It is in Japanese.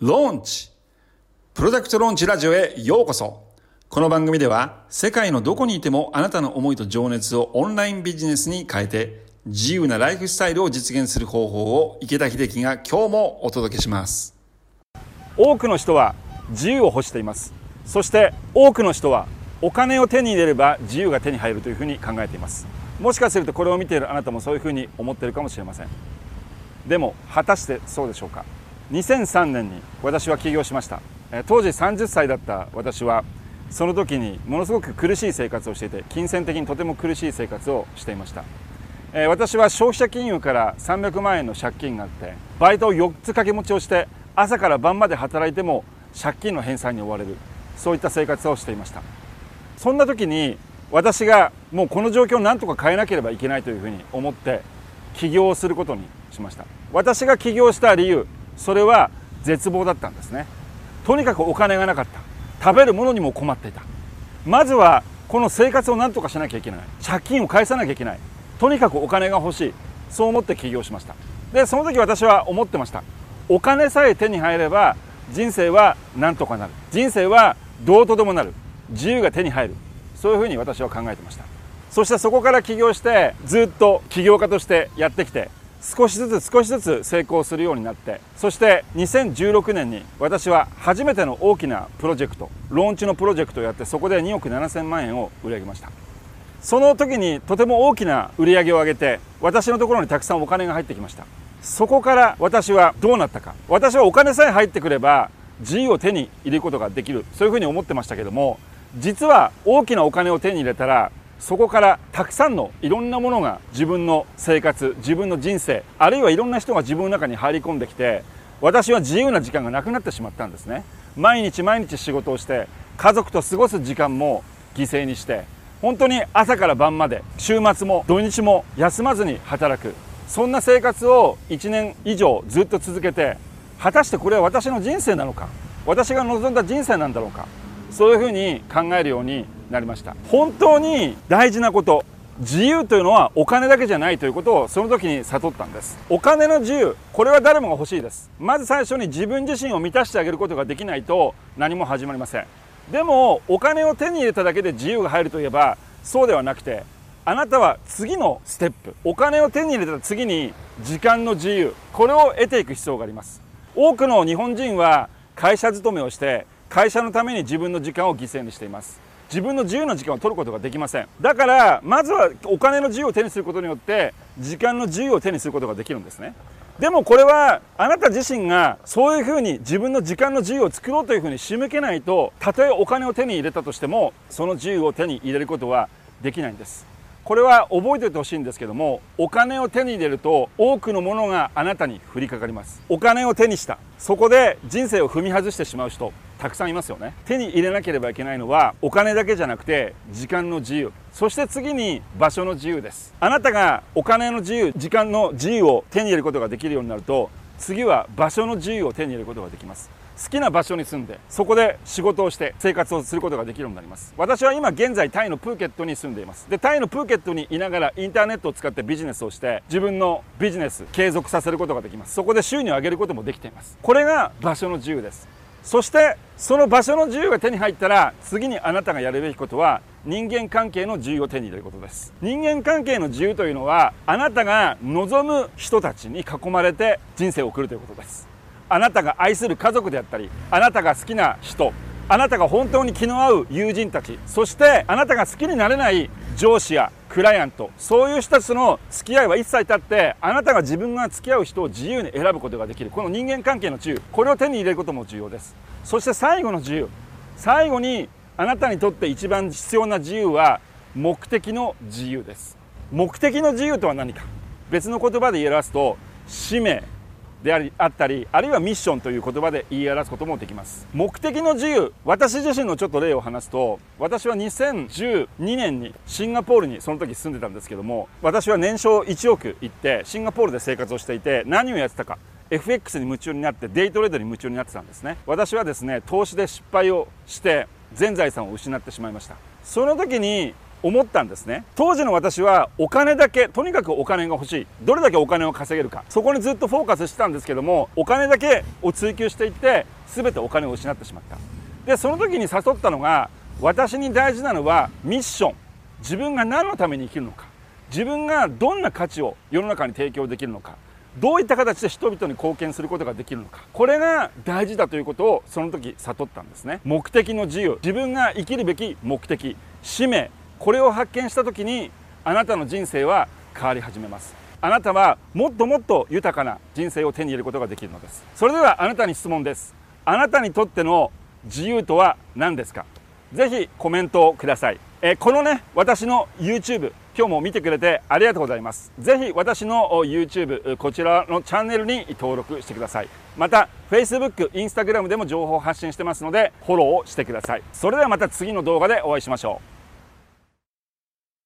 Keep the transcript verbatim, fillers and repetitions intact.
ローンチプロダクトローンチラジオへようこそ。この番組では世界のどこにいてもあなたの思いと情熱をオンラインビジネスに変えて自由なライフスタイルを実現する方法を池田秀樹が今日もお届けします。 多くの人は自由を欲しています。そして多くの人はお金を手に入れれば自由が手に入るというふうに考えています。もしかするとこれを見ているあなたもそういうふうに思っているかもしれません。でも果たしてそうでしょうか。にせんさんねんに私は起業しました。当時さんじゅっさいだった私はその時にものすごく苦しい生活をしていて、金銭的にとても苦しい生活をしていました。私は消費者金融からさんびゃくまんえんの借金があって、バイトをよっつ掛け持ちをして朝から晩まで働いても借金の返済に追われる、そういった生活をしていました。そんな時に私がもうこの状況を何とか変えなければいけないというふうに思って起業をすることにしました。私が起業した理由、それは絶望だったんですね。とにかくお金がなかった。食べるものにも困っていた。まずはこの生活を何とかしなきゃいけない。借金を返さなきゃいけない。とにかくお金が欲しい。そう思って起業しました。で、その時私は思ってました。お金さえ手に入れば人生は何とかなる。人生はどうとでもなる。自由が手に入る。そういうふうに私は考えてました。そしてそこから起業してずっと起業家としてやってきて、少しずつ少しずつ成功するようになって、そしてにせんじゅうろくねんに私は初めての大きなプロジェクト、ローンチのプロジェクトをやって、そこでにおくななせんまんえんを売り上げました。その時にとても大きな売り上げを上げて、私のところにたくさんお金が入ってきました。そこから私はどうなったか。私はお金さえ入ってくれば自由を手に入れることができる、そういうふうに思ってましたけども、実は大きなお金を手に入れたら、そこからたくさんのいろんなものが自分の生活、自分の人生、あるいはいろんな人が自分の中に入り込んできて、私は自由な時間がなくなってしまったんですね。毎日毎日仕事をして、家族と過ごす時間も犠牲にして、本当に朝から晩まで週末も土日も休まずに働く、そんな生活をいちねん以上ずっと続けて、果たしてこれは私の人生なのか、私が望んだ人生なんだろうか、そういうふうに考えるようになりました。本当に大事なこと、自由というのはお金だけじゃないということをその時に悟ったんです。お金の自由、これは誰もが欲しいです。まず最初に自分自身を満たしてあげることができないと何も始まりません。でもお金を手に入れただけで自由が入るといえばそうではなくて、あなたは次のステップ、お金を手に入れた次に時間の自由、これを得ていく必要があります。多くの日本人は会社勤めをして会社のために自分の時間を犠牲にしています。自分の自由な時間を取ることができません。だからまずはお金の自由を手にすることによって時間の自由を手にすることができるんですね。でもこれはあなた自身がそういうふうに自分の時間の自由を作ろうというふうに仕向けないと、たとえお金を手に入れたとしてもその自由を手に入れることはできないんです。これは覚えておいてほしいんですけども、お金を手に入れると多くのものがあなたに降りかかります。お金を手にした、そこで人生を踏み外してしまう人たくさんいますよね。手に入れなければいけないのはお金だけじゃなくて時間の自由、そして次に場所の自由です。あなたがお金の自由、時間の自由を手に入れることができるようになると、次は場所の自由を手に入れることができます。好きな場所に住んでそこで仕事をして生活をすることができるようになります。私は今現在タイのプーケットに住んでいます。で、タイのプーケットにいながらインターネットを使ってビジネスをして自分のビジネス継続させることができます。そこで収入を上げることもできています。これが場所の自由です。そしてその場所の自由が手に入ったら、次にあなたがやるべきことは人間関係の自由を手に入れることです。人間関係の自由というのは、あなたが望む人たちに囲まれて人生を送るということです。あなたが愛する家族であったり、あなたが好きな人、あなたが本当に気の合う友人たち、そしてあなたが好きになれない上司やクライアント、そういう人たちとの付き合いは一切立って、あなたが自分が付き合う人を自由に選ぶことができる、この人間関係の自由、これを手に入れることも重要です。そして最後の自由、最後にあなたにとって一番必要な自由は目的の自由です。目的の自由とは何か、別の言葉で言い表すと使命でありあったり、あるいはミッションという言葉で言い表すこともできます。目的の自由、私自身のちょっと例を話すと、私はにせんじゅうにねんにシンガポールにその時住んでたんですけども、私は年商いちおく行ってシンガポールで生活をしていて、何をやってたか、 エフエックス に夢中になってデイトレードに夢中になってたんですね。私はですね、投資で失敗をして全財産を失ってしまいました。その時に思ったんですね。当時の私はお金だけ、とにかくお金が欲しい、どれだけお金を稼げるか、そこにずっとフォーカスしてたんですけども、お金だけを追求していって全てお金を失ってしまった。でその時に誘ったのが、私に大事なのはミッション、自分が何のために生きるのか、自分がどんな価値を世の中に提供できるのか、どういった形で人々に貢献することができるのか、これが大事だということをその時悟ったんですね。目的の自由、自分が生きるべき目的、使命、これを発見した時にあなたの人生は変わり始めます。あなたはもっともっと豊かな人生を手に入れることができるのです。それではあなたに質問です。あなたにとっての自由とは何ですか？ぜひコメントをください。えー、このね、私の YouTube、今日も見てくれてありがとうございます。ぜひ私の YouTube、こちらのチャンネルに登録してください。また Facebook、Instagram でも情報を発信してますのでフォローをしてください。それではまた次の動画でお会いしましょう。